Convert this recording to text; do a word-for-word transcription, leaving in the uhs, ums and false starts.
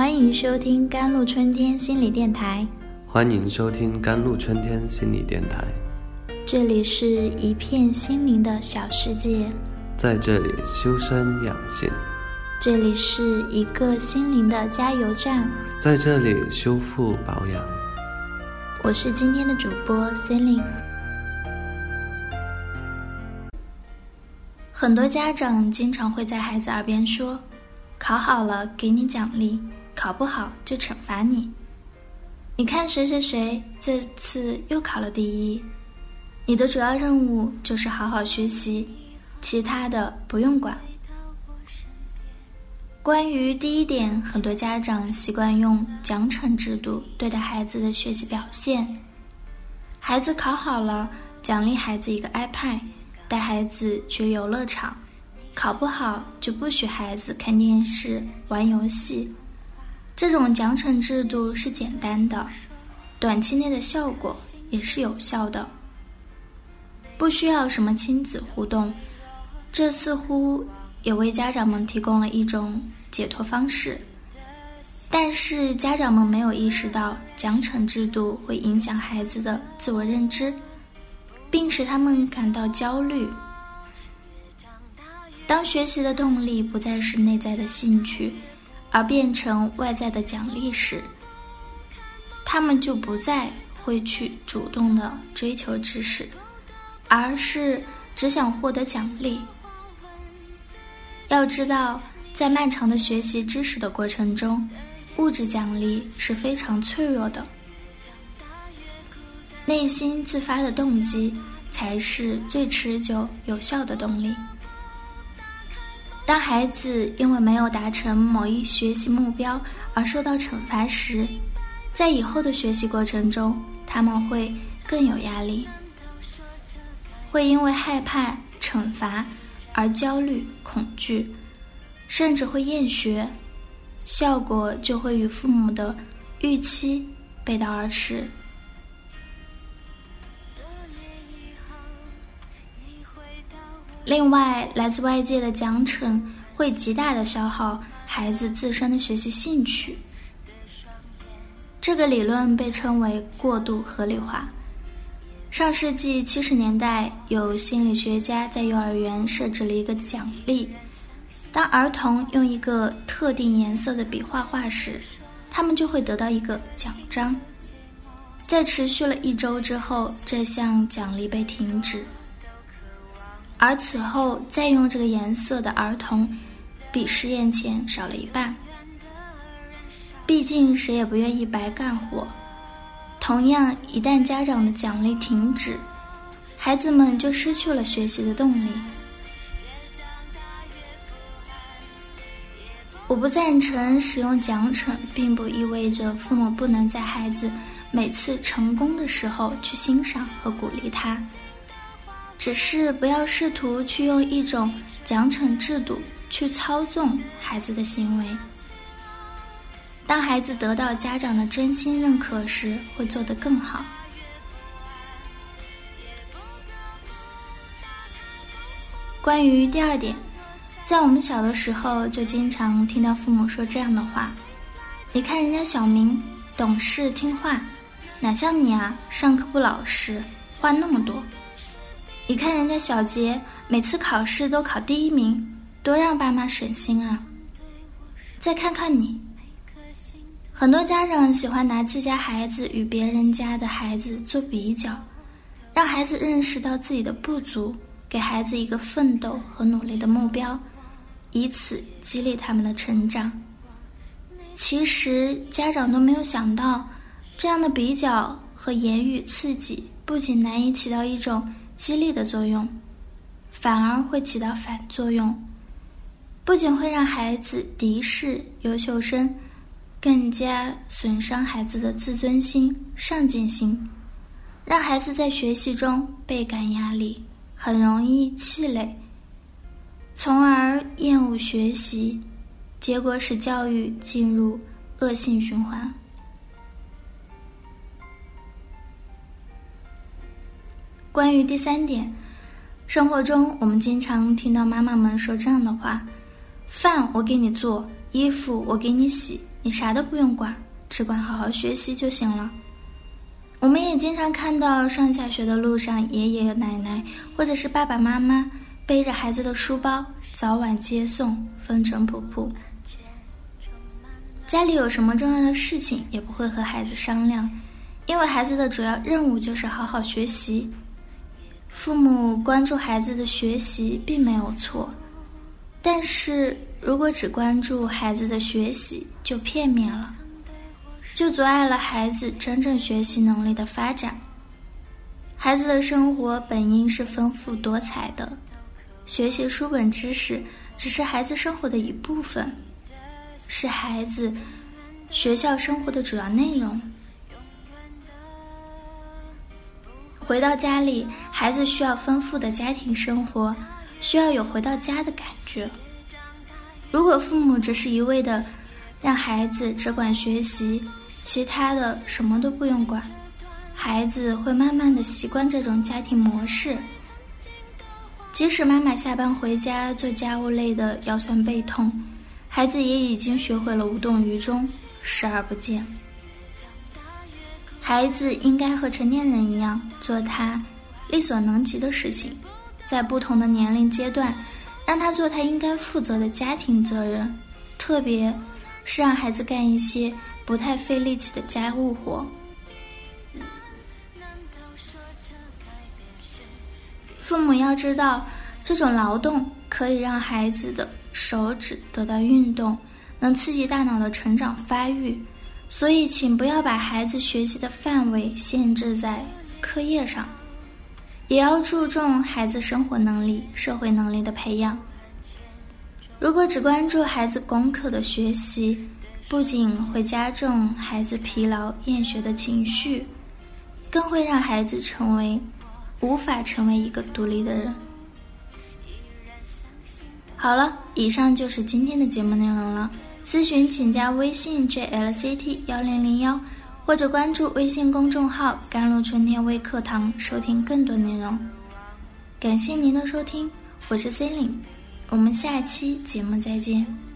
欢迎收听甘露春天心理电台。 欢迎收听甘露春天心理电台。 这里是一片心灵的小世界， 在这里修身养性。 这里是一个心灵的加油站， 在这里修复保养。 我是今天的主播 Celine。 很多家长经常会在孩子耳边说，考好了给你奖励，考不好就惩罚你。你看谁谁谁这次又考了第一，你的主要任务就是好好学习，其他的不用管。关于第一点，很多家长习惯用奖惩制度对待孩子的学习表现。孩子考好了，奖励孩子一个 iPad， 带孩子去游乐场；考不好就不许孩子看电视、玩游戏。这种奖惩制度是简单的，短期内的效果也是有效的，不需要什么亲子互动。这似乎也为家长们提供了一种解脱方式，但是家长们没有意识到奖惩制度会影响孩子的自我认知，并使他们感到焦虑。当学习的动力不再是内在的兴趣，而变成外在的奖励时，他们就不再会去主动的追求知识，而是只想获得奖励。要知道，在漫长的学习知识的过程中，物质奖励是非常脆弱的，内心自发的动机才是最持久有效的动力。当孩子因为没有达成某一学习目标而受到惩罚时，在以后的学习过程中，他们会更有压力，会因为害怕惩罚而焦虑恐惧，甚至会厌学，效果就会与父母的预期背道而驰。另外，来自外界的奖惩会极大地消耗孩子自身的学习兴趣。这个理论被称为过度合理化。上世纪七十年代，有心理学家在幼儿园设置了一个奖励，当儿童用一个特定颜色的笔画画时，他们就会得到一个奖章。在持续了一周之后，这项奖励被停止，而此后再用这个颜色的儿童比试验前少了一半。毕竟谁也不愿意白干活。同样，一旦家长的奖励停止，孩子们就失去了学习的动力。我不赞成使用奖惩，并不意味着父母不能在孩子每次成功的时候去欣赏和鼓励他，只是不要试图去用一种奖惩制度去操纵孩子的行为。当孩子得到家长的真心认可时，会做得更好。关于第二点，在我们小的时候就经常听到父母说这样的话，你看人家小明懂事听话，哪像你啊，上课不老实，话那么多。你看人家小杰每次考试都考第一名，多让爸妈省心啊。再看看你，很多家长喜欢拿自家孩子与别人家的孩子做比较，让孩子认识到自己的不足，给孩子一个奋斗和努力的目标，以此激励他们的成长。其实家长都没有想到，这样的比较和言语刺激不仅难以起到一种激励的作用，反而会起到反作用，不仅会让孩子敌视优秀生，更加损伤孩子的自尊心、上进心，让孩子在学习中倍感压力，很容易气馁，从而厌恶学习，结果使教育进入恶性循环。关于第三点，生活中我们经常听到妈妈们说这样的话，饭我给你做，衣服我给你洗， 你啥都不用管，只管好好学习就行了。我们也经常看到上下学的路上，爷爷奶奶或者是爸爸妈妈背着孩子的书包，早晚接送，风尘仆仆。家里有什么重要的事情也不会和孩子商量，因为孩子的主要任务就是好好学习。父母关注孩子的学习并没有错，但是如果只关注孩子的学习就片面了，就阻碍了孩子真正学习能力的发展。孩子的生活本应是丰富多彩的，学习书本知识只是孩子生活的一部分，是孩子学校生活的主要内容。回到家里，孩子需要丰富的家庭生活，需要有回到家的感觉。如果父母只是一味的让孩子只管学习，其他的什么都不用管，孩子会慢慢的习惯这种家庭模式。即使妈妈下班回家做家务累得腰酸背痛，孩子也已经学会了无动于衷，视而不见。孩子应该和成年人一样，做他力所能及的事情，在不同的年龄阶段，让他做他应该负责的家庭责任，特别是让孩子干一些不太费力气的家务活。父母要知道，这种劳动可以让孩子的手指得到运动，能刺激大脑的成长发育，所以请不要把孩子学习的范围限制在课业上，也要注重孩子生活能力、社会能力的培养。如果只关注孩子功课的学习，不仅会加重孩子疲劳厌学的情绪，更会让孩子成为无法成为一个独立的人。好了，以上就是今天的节目内容了。咨询请加微信 J L C T 一零零一，或者关注微信公众号甘露春天微课堂收听更多内容。感谢您的收听，我是 Celine， 我们下期节目再见。